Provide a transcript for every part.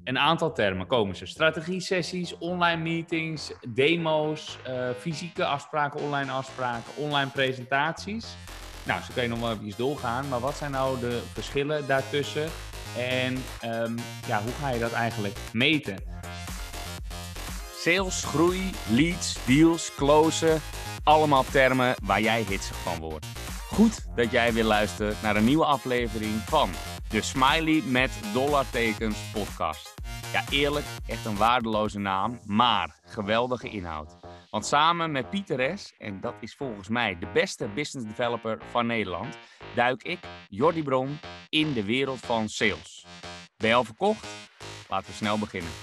een aantal termen komen ze. Strategie-sessies, online meetings, demo's, fysieke afspraken, online presentaties. Nou, zo kun je nog wel even doorgaan. Maar wat zijn nou de verschillen daartussen? En hoe ga je dat eigenlijk meten? Sales, groei, leads, deals, closen. Allemaal termen waar jij hitsig van wordt. Goed dat jij weer luistert naar een nieuwe aflevering van de Smiley met dollartekens podcast. Ja, eerlijk, echt een waardeloze naam, maar geweldige inhoud. Want samen met Pieter S., en dat is volgens mij de beste business developer van Nederland, duik ik, Jordi Bron, in de wereld van sales. Ben je al verkocht? Laten we snel beginnen.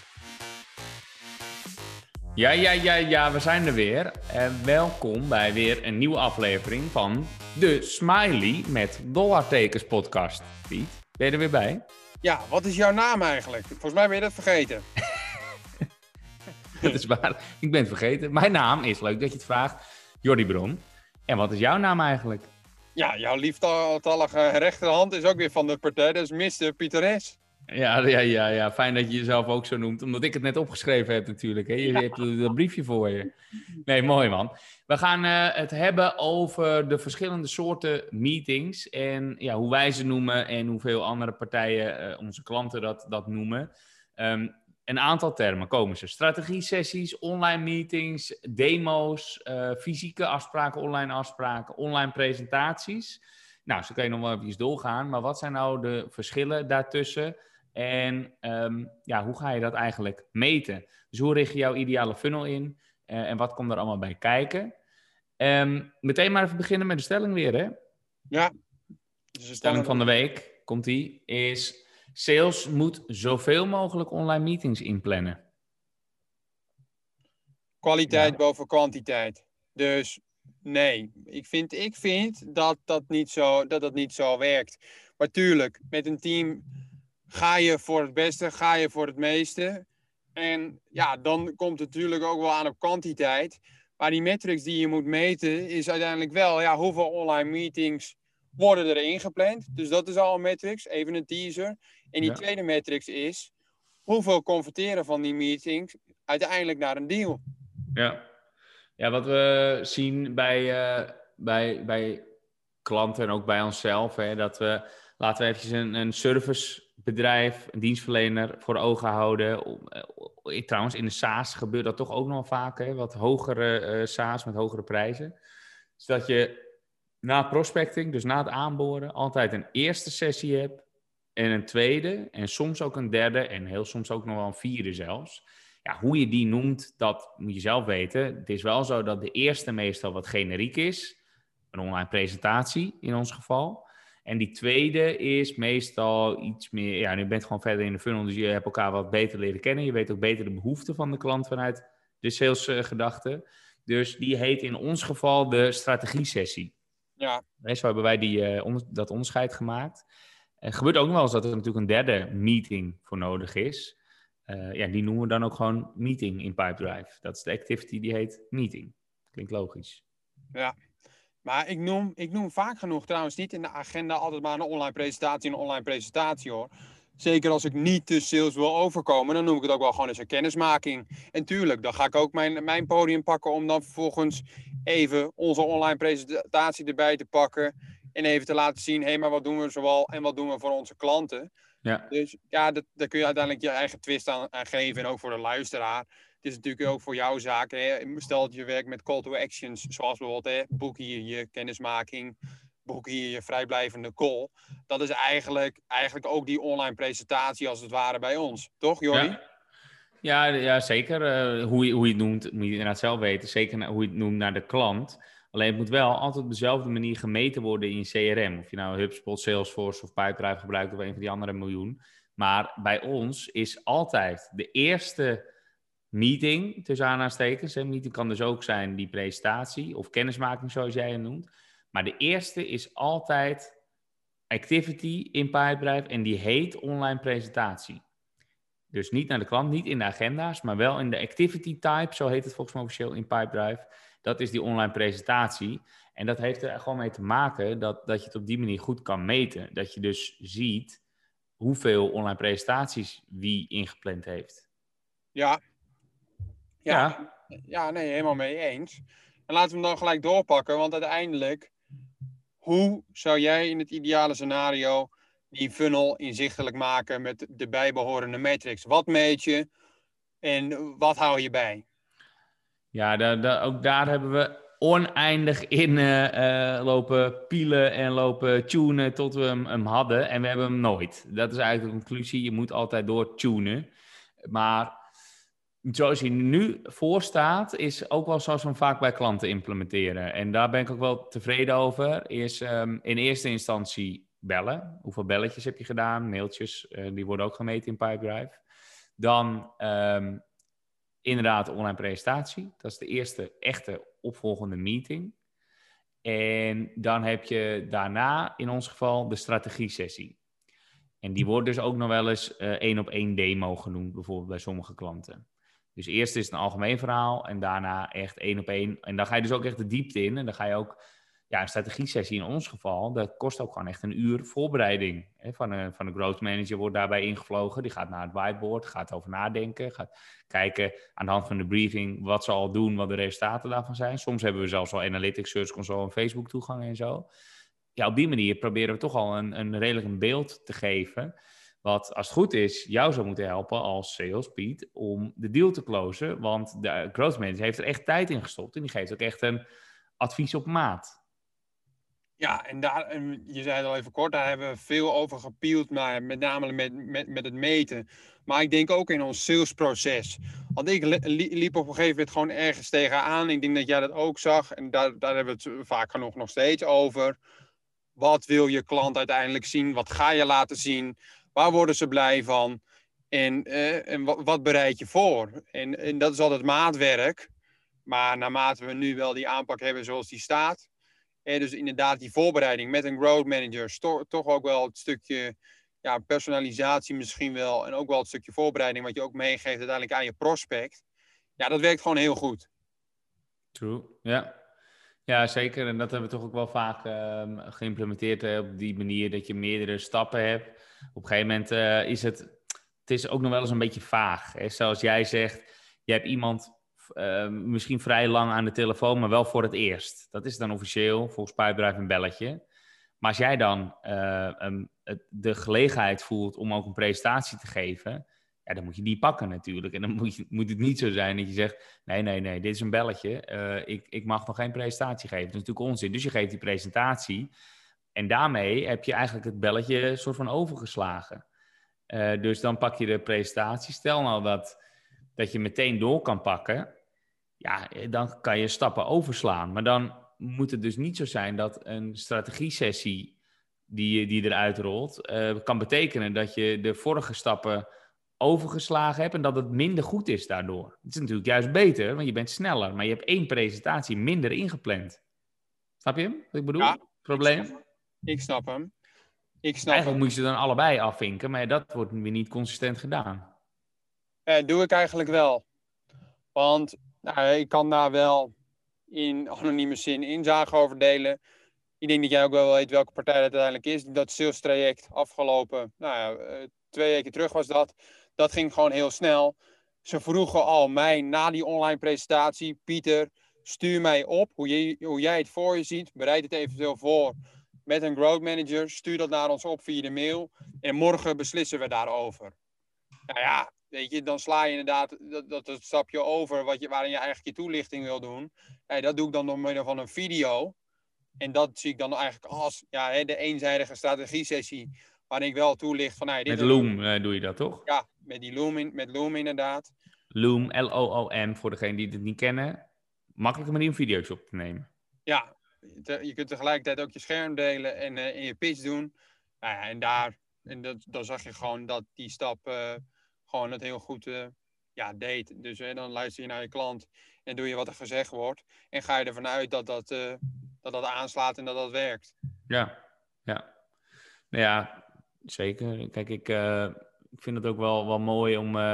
Ja, we zijn er weer. En welkom bij weer een nieuwe aflevering van de Smiley met dollartekens podcast. Piet, ben je er weer bij? Ja, wat is jouw naam eigenlijk? Volgens mij ben je dat vergeten. Dat is waar, ik ben het vergeten. Mijn naam is, leuk dat je het vraagt, Jordi Bron. En wat is jouw naam eigenlijk? Ja, jouw lieftallige rechterhand is ook weer van de partij, dat is Mr. Pieter S. Ja, fijn dat je jezelf ook zo noemt, omdat ik het net opgeschreven heb natuurlijk. Hè? Je hebt dat briefje voor je. Nee, mooi man. We gaan het hebben over de verschillende soorten meetings en ja, hoe wij ze noemen en hoeveel andere partijen, onze klanten dat noemen. Een aantal termen komen ze. Strategie-sessies, online meetings, demo's, fysieke afspraken, online presentaties. Nou, zo kun je nog wel even doorgaan, maar wat zijn nou de verschillen daartussen? En hoe ga je dat eigenlijk meten? Dus hoe richt je jouw ideale funnel in? En wat komt er allemaal bij kijken? Meteen maar even beginnen met de stelling weer, hè? Ja. De stelling van de week, komt-ie, is... Sales moet zoveel mogelijk online meetings inplannen. Kwaliteit boven kwantiteit. Dus nee, ik vind dat dat niet zo werkt. Maar tuurlijk, met een team ga je voor het beste, ga je voor het meeste. En ja, dan komt het natuurlijk ook wel aan op kwantiteit. Maar die metrics die je moet meten is uiteindelijk wel, ja, hoeveel online meetings worden er ingepland. Dus dat is al een matrix, even een teaser. En die tweede matrix is, hoeveel converteren van die meetings uiteindelijk naar een deal? Ja, wat we zien bij klanten en ook bij onszelf, hè, dat we, laten we eventjes een servicebedrijf, een dienstverlener voor ogen houden. Trouwens, in de SaaS gebeurt dat toch ook nog vaak, hè, wat hogere SaaS met hogere prijzen. Dus dat je na prospecting, dus na het aanboren, altijd een eerste sessie hebt en een tweede en soms ook een derde en heel soms ook nog wel een vierde zelfs. Ja, hoe je die noemt, dat moet je zelf weten. Het is wel zo dat de eerste meestal wat generiek is. Een online presentatie in ons geval. En die tweede is meestal iets meer... Ja, nu bent gewoon verder in de funnel, dus je hebt elkaar wat beter leren kennen. Je weet ook beter de behoeften van de klant vanuit de salesgedachte. Dus die heet in ons geval de strategie-sessie. Ja. Zo hebben wij dat onderscheid gemaakt. Het gebeurt ook nog wel eens dat er natuurlijk een derde meeting voor nodig is. Die noemen we dan ook gewoon meeting in Pipedrive. Dat is de activity die heet meeting. Klinkt logisch. Ja, maar ik noem vaak genoeg trouwens niet in de agenda altijd maar een online presentatie hoor. Zeker als ik niet te sales wil overkomen, dan noem ik het ook wel gewoon eens een kennismaking. En tuurlijk, dan ga ik ook mijn podium pakken om dan vervolgens even onze online presentatie erbij te pakken. En even te laten zien, hé, maar wat doen we zoal en wat doen we voor onze klanten? Ja. Dus ja, daar kun je uiteindelijk je eigen twist aan geven. En ook voor de luisteraar. Het is natuurlijk ook voor jouw zaak. Hè. Stel dat je werkt met call to actions. Zoals bijvoorbeeld, boek hier je kennismaking. Boek hier je vrijblijvende call. Dat is eigenlijk ook die online presentatie als het ware bij ons. Toch, Jordi? Ja, zeker. Hoe je het noemt, moet je inderdaad zelf weten. Zeker hoe je het noemt naar de klant. Alleen het moet wel altijd op dezelfde manier gemeten worden in je CRM. Of je nou HubSpot, Salesforce of Pipedrive gebruikt of een van die andere miljoen. Maar bij ons is altijd de eerste meeting, tussen aanhalingstekens. Meeting kan dus ook zijn die presentatie of kennismaking zoals jij het noemt. Maar de eerste is altijd activity in Pipedrive en die heet online presentatie. Dus niet naar de klant, niet in de agenda's, maar wel in de activity type, zo heet het volgens mij officieel in Pipedrive. Dat is die online presentatie. En dat heeft er gewoon mee te maken dat je het op die manier goed kan meten. Dat je dus ziet hoeveel online presentaties wie ingepland heeft. Ja. Ja. Ja, nee, helemaal mee eens. En laten we hem dan gelijk doorpakken, want uiteindelijk, hoe zou jij in het ideale scenario die funnel inzichtelijk maken met de bijbehorende metrics? Wat meet je en wat hou je bij? Ja, ook daar hebben we oneindig in lopen pielen en lopen tunen tot we hem hadden. En we hebben hem nooit. Dat is eigenlijk de conclusie. Je moet altijd door tunen. Maar zoals hij nu voor staat, is ook wel zoals we hem vaak bij klanten implementeren. En daar ben ik ook wel tevreden over. Is in eerste instantie bellen. Hoeveel belletjes heb je gedaan? Mailtjes, die worden ook gemeten in Pipedrive. Dan inderdaad online presentatie. Dat is de eerste echte opvolgende meeting. En dan heb je daarna in ons geval de strategie-sessie. En die wordt dus ook nog wel eens 1-op-1 demo genoemd, bijvoorbeeld bij sommige klanten. Dus eerst is het een algemeen verhaal en daarna echt 1-op-1. En dan ga je dus ook echt de diepte in. En dan ga je ook, een strategie-sessie in ons geval, dat kost ook gewoon echt een uur voorbereiding. Van een growth manager wordt daarbij ingevlogen. Die gaat naar het whiteboard, gaat over nadenken, gaat kijken aan de hand van de briefing wat ze al doen, wat de resultaten daarvan zijn. Soms hebben we zelfs al Analytics, Search Console en Facebook toegang en zo. Ja, op die manier proberen we toch al een redelijk beeld te geven. Wat, als het goed is, jou zou moeten helpen als sales, Piet, om de deal te closen. Want de growth manager heeft er echt tijd in gestopt. En die geeft ook echt een advies op maat. Ja, en je zei het al even kort, daar hebben we veel over gepield, maar met name met het meten. Maar ik denk ook in ons salesproces. Want ik liep op een gegeven moment gewoon ergens tegenaan. Ik denk dat jij dat ook zag. En daar hebben we het vaak genoeg nog steeds over. Wat wil je klant uiteindelijk zien? Wat ga je laten zien? Waar worden ze blij van? En wat bereid je voor? En dat is altijd maatwerk. Maar naarmate we nu wel die aanpak hebben zoals die staat. En dus inderdaad die voorbereiding met een growth manager. Toch ook wel het stukje personalisatie misschien wel. En ook wel het stukje voorbereiding wat je ook meegeeft uiteindelijk aan je prospect. Ja, dat werkt gewoon heel goed. True, ja. Ja, zeker. En dat hebben we toch ook wel vaak geïmplementeerd op die manier dat je meerdere stappen hebt. Op een gegeven moment is het is ook nog wel eens een beetje vaag. Hè? Zoals jij zegt, je hebt iemand misschien vrij lang aan de telefoon, maar wel voor het eerst. Dat is dan officieel, volgens Pipedrive een belletje. Maar als jij dan de gelegenheid voelt om ook een presentatie te geven, ja, dan moet je die pakken natuurlijk. En dan moet het niet zo zijn dat je zegt, nee, dit is een belletje. Ik mag nog geen presentatie geven. Dat is natuurlijk onzin. Dus je geeft die presentatie. En daarmee heb je eigenlijk het belletje soort van overgeslagen. Dus dan pak je de presentatie. Stel nou dat je meteen door kan pakken. Ja, dan kan je stappen overslaan. Maar dan moet het dus niet zo zijn dat een strategie-sessie die eruit rolt, kan betekenen dat je de vorige stappen overgeslagen hebt en dat het minder goed is daardoor. Het is natuurlijk juist beter, want je bent sneller, maar je hebt 1 presentatie minder ingepland. Snap je hem? Wat ik bedoel? Ja, probleem? Ik snap hem. Eigenlijk moet je ze dan allebei afvinken, maar dat wordt weer niet consistent gedaan. Doe ik eigenlijk wel. Want ik kan daar wel in anonieme zin inzage over delen. Ik denk dat jij ook wel weet welke partij dat uiteindelijk is. Dat sales traject afgelopen 2 weken terug was dat. Dat ging gewoon heel snel. Ze vroegen al mij na die online presentatie, Pieter, stuur mij op hoe jij het voor je ziet. Bereid het eventueel voor met een growth manager. Stuur dat naar ons op via de mail. En morgen beslissen we daarover. Nou ja, weet je, dan sla je inderdaad dat stapje over waarin je eigenlijk je toelichting wil doen. Dat doe ik dan door middel van een video. En dat zie ik dan eigenlijk als de eenzijdige strategie-sessie. Waarin ik wel toelicht van... Met Loom doe je dat, toch? Ja, met Loom inderdaad. Loom, L-O-O-M, voor degenen die het niet kennen. Makkelijke manier om video's op te nemen. Ja, je kunt tegelijkertijd ook je scherm delen en je pitch doen. Dan zag je gewoon dat die stap gewoon het heel goed deed. Dus dan luister je naar je klant en doe je wat er gezegd wordt. En ga je ervan uit dat aanslaat en dat dat werkt. Ja. Nou ja, zeker. Kijk, ik vind het ook wel mooi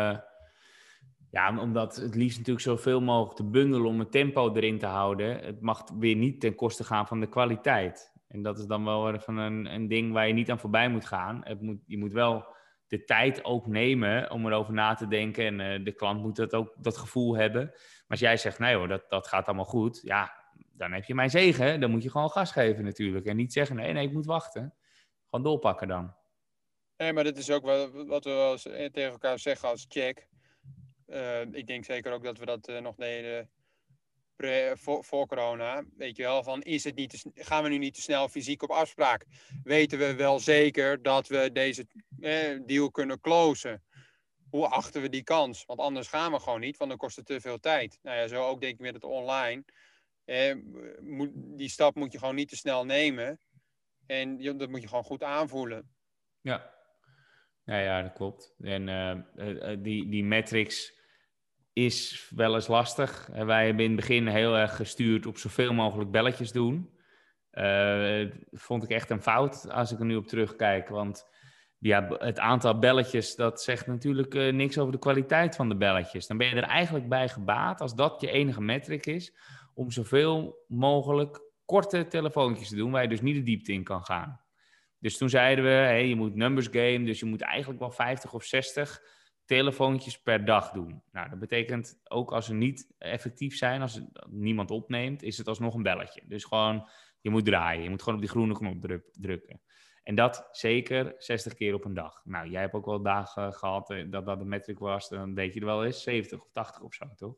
omdat het liefst natuurlijk zoveel mogelijk te bundelen om het tempo erin te houden. Het mag weer niet ten koste gaan van de kwaliteit. En dat is dan wel even een ding waar je niet aan voorbij moet gaan. Je moet wel de tijd ook nemen om erover na te denken. En de klant moet dat gevoel hebben. Maar als jij zegt, nee hoor, dat gaat allemaal goed. Ja, dan heb je mijn zegen. Hè? Dan moet je gewoon gas geven natuurlijk. En niet zeggen, nee, ik moet wachten. Gewoon doorpakken dan. Nee, maar dit is ook wel wat we wel eens tegen elkaar zeggen als check. Ik denk zeker ook dat we dat nog deden voor corona. Weet je wel, van gaan we nu niet te snel fysiek op afspraak? Weten we wel zeker dat we deze deal kunnen closen? Hoe achten we die kans? Want anders gaan we gewoon niet, want dan kost het te veel tijd. Nou ja, zo ook denk ik met het online. Die stap moet je gewoon niet te snel nemen. En dat moet je gewoon goed aanvoelen. Ja, dat klopt. En die metrics is wel eens lastig. Wij hebben in het begin heel erg gestuurd op zoveel mogelijk belletjes doen. Vond ik echt een fout als ik er nu op terugkijk. Want ja, het aantal belletjes, dat zegt natuurlijk niks over de kwaliteit van de belletjes. Dan ben je er eigenlijk bij gebaat, als dat je enige metric is, om zoveel mogelijk korte telefoontjes te doen, waar je dus niet de diepte in kan gaan. Dus toen zeiden we, je moet numbers game, dus je moet eigenlijk wel 50 of 60 telefoontjes per dag doen. Nou, dat betekent ook als ze niet effectief zijn, als niemand opneemt, is het alsnog een belletje. Dus gewoon, je moet draaien, je moet gewoon op die groene knop drukken. En dat zeker 60 keer op een dag. Nou, jij hebt ook wel dagen gehad dat de metric was, dan deed je er wel eens 70 of 80 of zo, toch?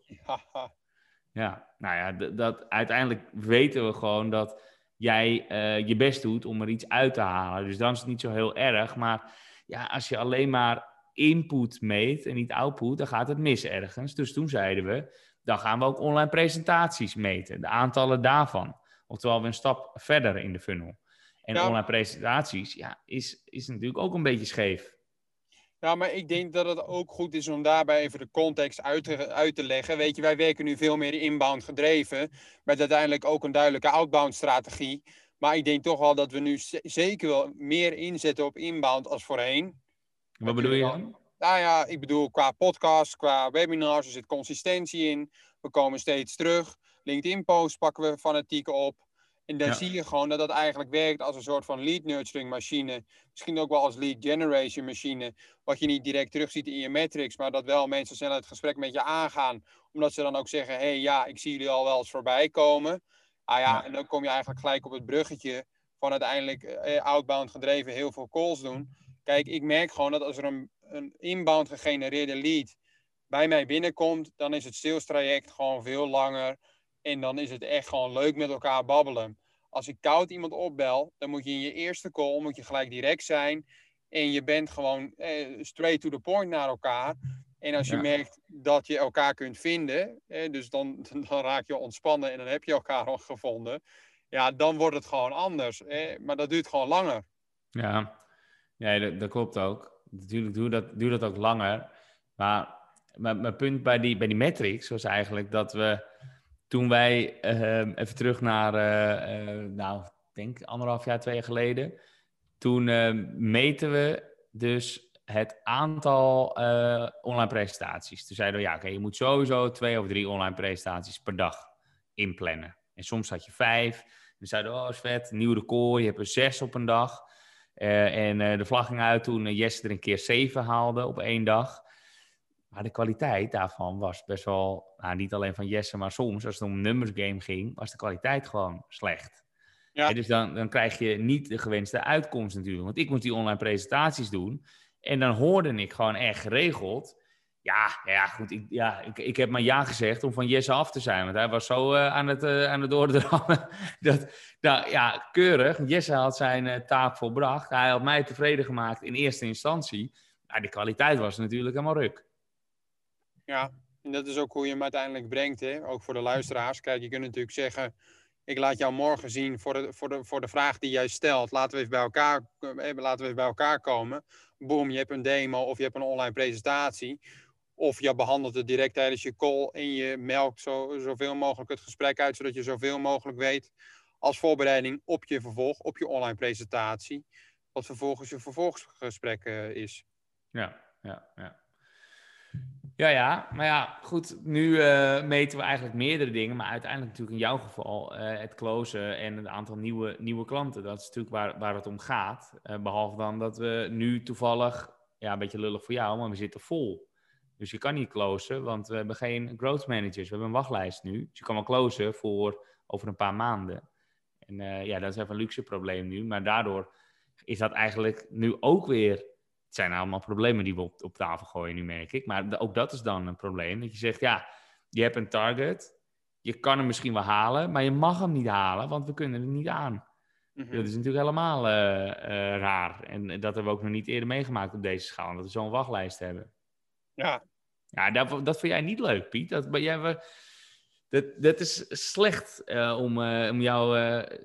Ja, nou ja, uiteindelijk weten we gewoon dat jij je best doet om er iets uit te halen. Dus dan is het niet zo heel erg. Maar ja, als je alleen maar input meet en niet output, dan gaat het mis ergens. Dus toen zeiden we, dan gaan we ook online presentaties meten. De aantallen daarvan. Oftewel we een stap verder in de funnel. En online presentaties, ja, is natuurlijk ook een beetje scheef. Ja, maar ik denk dat het ook goed is om daarbij even de context uit te leggen. Weet je, wij werken nu veel meer inbound gedreven, met uiteindelijk ook een duidelijke outbound strategie. Maar ik denk toch wel dat we nu zeker wel meer inzetten op inbound als voorheen. Wat bedoel je dan? Nou ja, ik bedoel qua podcast, qua webinars, er zit consistentie in. We komen steeds terug. LinkedIn-posts pakken we fanatiek op. En dan zie je gewoon dat dat eigenlijk werkt als een soort van lead nurturing machine. Misschien ook wel als lead generation machine. Wat je niet direct terugziet in je metrics, maar dat wel mensen snel het gesprek met je aangaan. Omdat ze dan ook zeggen, ik zie jullie al wel eens voorbij komen. En dan kom je eigenlijk gelijk op het bruggetje van uiteindelijk outbound gedreven heel veel calls doen. Kijk, ik merk gewoon dat als er een inbound gegenereerde lead bij mij binnenkomt, dan is het sales traject gewoon veel langer. En dan is het echt gewoon leuk met elkaar babbelen. Als ik koud iemand opbel, dan moet je in je eerste call gelijk direct zijn. En je bent gewoon straight to the point naar elkaar. En als je merkt dat je elkaar kunt vinden, dus dan raak je ontspannen en dan heb je elkaar al gevonden. Ja, dan wordt het gewoon anders. Maar dat duurt gewoon langer. Ja, dat klopt ook. Natuurlijk duurt dat ook langer. Maar mijn punt bij die metrics was eigenlijk dat we, toen wij even terug naar, ik denk 1,5 jaar, 2 jaar geleden, toen meten we dus het aantal online presentaties. Toen zeiden we, je moet sowieso 2 of 3 online presentaties per dag inplannen. En soms had je 5. Dan zeiden we, is vet, nieuw record, je hebt er 6 op een dag. De vlag ging uit toen Jesse er een keer 7 haalde op 1 dag. Maar de kwaliteit daarvan was best wel, niet alleen van Jesse, maar soms als het om een numbers game ging, was de kwaliteit gewoon slecht. Ja. Dus dan krijg je niet de gewenste uitkomst natuurlijk. Want ik moest die online presentaties doen. En dan hoorde ik gewoon echt geregeld. Ik heb maar ja gezegd om van Jesse af te zijn. Want hij was zo aan het doordrammen. Keurig. Jesse had zijn taak volbracht. Hij had mij tevreden gemaakt in eerste instantie. Maar de kwaliteit was natuurlijk helemaal ruk. Ja, en dat is ook hoe je hem uiteindelijk brengt. Hè? Ook voor de luisteraars. Kijk, je kunt natuurlijk zeggen, ik laat jou morgen zien voor de vraag die jij stelt. Laten we even bij elkaar komen. Boom, je hebt een demo of je hebt een online presentatie. Of je behandelt het direct tijdens je call en je melkt zoveel mogelijk het gesprek uit, zodat je zoveel mogelijk weet als voorbereiding op je online presentatie. Wat vervolgens je vervolgsgesprek is. Ja. Ja, maar ja, goed, nu meten we eigenlijk meerdere dingen, maar uiteindelijk natuurlijk in jouw geval het closen en het aantal nieuwe klanten. Dat is natuurlijk waar het om gaat. Behalve dan dat we nu toevallig, ja, een beetje lullig voor jou, maar we zitten vol. Dus je kan niet closen, want we hebben geen growth managers. We hebben een wachtlijst nu, dus je kan wel closen voor over een paar maanden. En ja, dat is even een luxe probleem nu, maar daardoor is dat eigenlijk nu ook weer... Het zijn allemaal problemen die we op tafel gooien nu, merk ik. Maar ook dat is dan een probleem. Dat je zegt, ja, je hebt een target. Je kan hem misschien wel halen, maar je mag hem niet halen, want we kunnen er niet aan. Dat is natuurlijk helemaal raar. En dat hebben we ook nog niet eerder meegemaakt op deze schaal. Dat we zo'n wachtlijst hebben. Ja. Ja, dat vind jij niet leuk, Piet. Dat is slecht om jou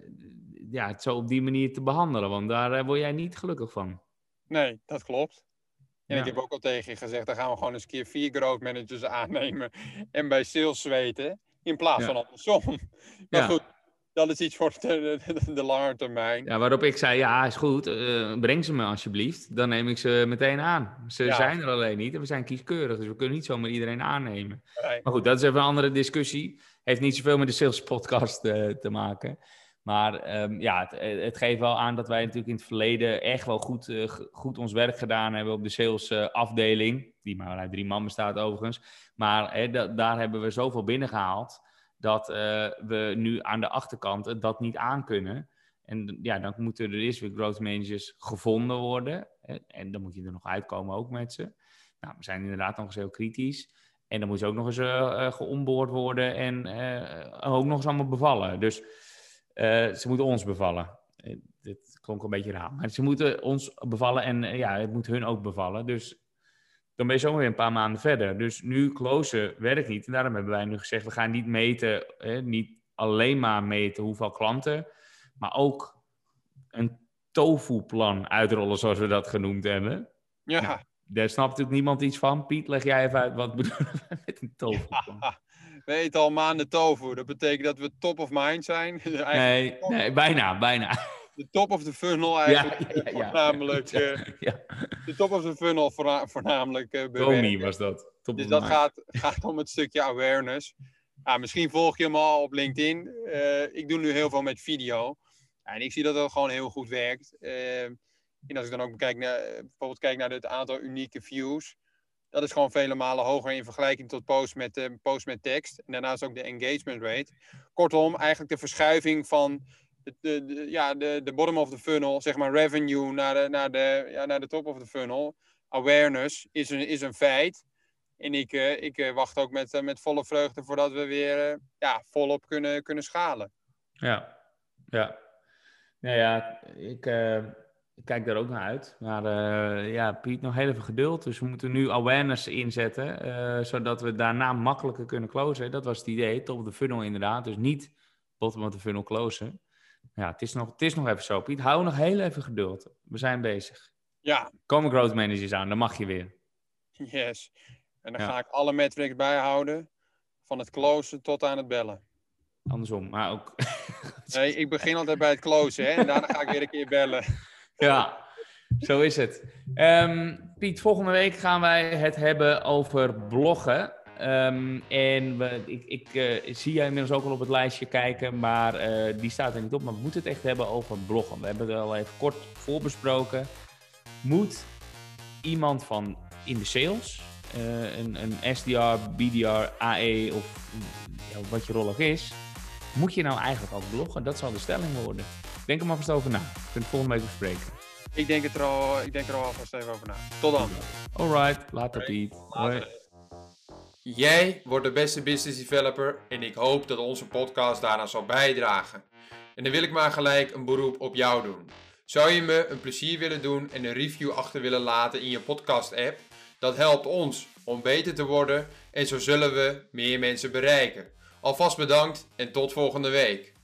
het zo op die manier te behandelen. Want daar word jij niet gelukkig van. Nee, dat klopt. En Ja. ik heb ook al tegen je gezegd, dan gaan we gewoon eens een keer 4 growth managers aannemen en bij sales zweten, in plaats van andersom. Maar goed, dat is iets voor de lange termijn. Ja, waarop ik zei, ja, is goed, breng ze me alsjeblieft. Dan neem ik ze meteen aan. Ze zijn er alleen niet en we zijn kieskeurig, dus we kunnen niet zomaar iedereen aannemen. Nee. Maar goed, dat is even een andere discussie. Heeft niet zoveel met de sales podcast te maken. Maar het geeft wel aan dat wij natuurlijk in het verleden echt wel goed ons werk gedaan hebben op de sales afdeling. Die maar uit 3 man bestaat overigens. Maar daar hebben we zoveel binnengehaald dat we nu aan de achterkant dat niet aankunnen. En ja, dan moeten er eerst weer growth managers gevonden worden. En dan moet je er nog uitkomen ook met ze. Nou, we zijn inderdaad nog eens heel kritisch. En dan moet je ook nog eens geonboard worden en ook nog eens allemaal bevallen. Dus ze moeten ons bevallen. Dit klonk een beetje raar. Maar ze moeten ons bevallen en het moet hun ook bevallen. Dus dan ben je zo weer een paar maanden verder. Dus nu closen werkt niet. En daarom hebben wij nu gezegd, we gaan niet meten, niet alleen maar meten hoeveel klanten, maar ook een tofu-plan uitrollen, zoals we dat genoemd hebben. Ja. Nou, daar snapt natuurlijk niemand iets van. Piet, leg jij even uit, wat bedoelen we met een tofu-plan? Ja, we eten al maanden tofu. Dat betekent dat we top of mind zijn. Nee, bijna. De top of the funnel eigenlijk. Voornamelijk. De top of the funnel voornamelijk Tommy was dat. Dus dat gaat om het stukje awareness. Misschien volg je hem al op LinkedIn. Ik doe nu heel veel met video. En ik zie dat dat gewoon heel goed werkt. En als ik dan ook bijvoorbeeld kijk naar het aantal unieke views. Dat is gewoon vele malen hoger in vergelijking tot post met tekst. En daarnaast ook de engagement rate. Kortom, eigenlijk de verschuiving van de bottom of the funnel, zeg maar revenue, naar de top of the funnel. Awareness is een feit. En ik wacht ook met volle vreugde voordat we weer volop kunnen schalen. Ja. Nou ja, ik kijk daar ook naar uit. Maar Piet, nog heel even geduld. Dus we moeten nu awareness inzetten, zodat we daarna makkelijker kunnen closen. Dat was het idee, top of the funnel inderdaad. Dus niet bottom of the funnel closen. Ja, het is nog even zo, Piet. Hou nog heel even geduld. We zijn bezig. Ja. Komen growth managers aan, dan mag je weer. Yes. En dan ga ik alle metrics bijhouden. Van het closen tot aan het bellen. Andersom, maar ook... Nee, ik begin altijd bij het closen, hè. En daarna ga ik weer een keer bellen. Ja, zo is het. Piet, volgende week gaan wij het hebben over bloggen. Ik zie jij inmiddels ook al op het lijstje kijken, maar die staat er niet op. Maar we moeten het echt hebben over bloggen. We hebben het al even kort voorbesproken. Moet iemand van in de sales, een SDR, BDR, AE of wat je rol ook is, moet je nou eigenlijk ook bloggen? Dat zal de stelling worden. Denk er maar vast over na. We kunnen het volgende week bespreken. Ik denk er al alvast even over na. Tot dan. Alright, later Piet. Hoi. Jij wordt de beste business developer en ik hoop dat onze podcast daaraan zal bijdragen. En dan wil ik maar gelijk een beroep op jou doen. Zou je me een plezier willen doen en een review achter willen laten in je podcast app? Dat helpt ons om beter te worden en zo zullen we meer mensen bereiken. Alvast bedankt en tot volgende week.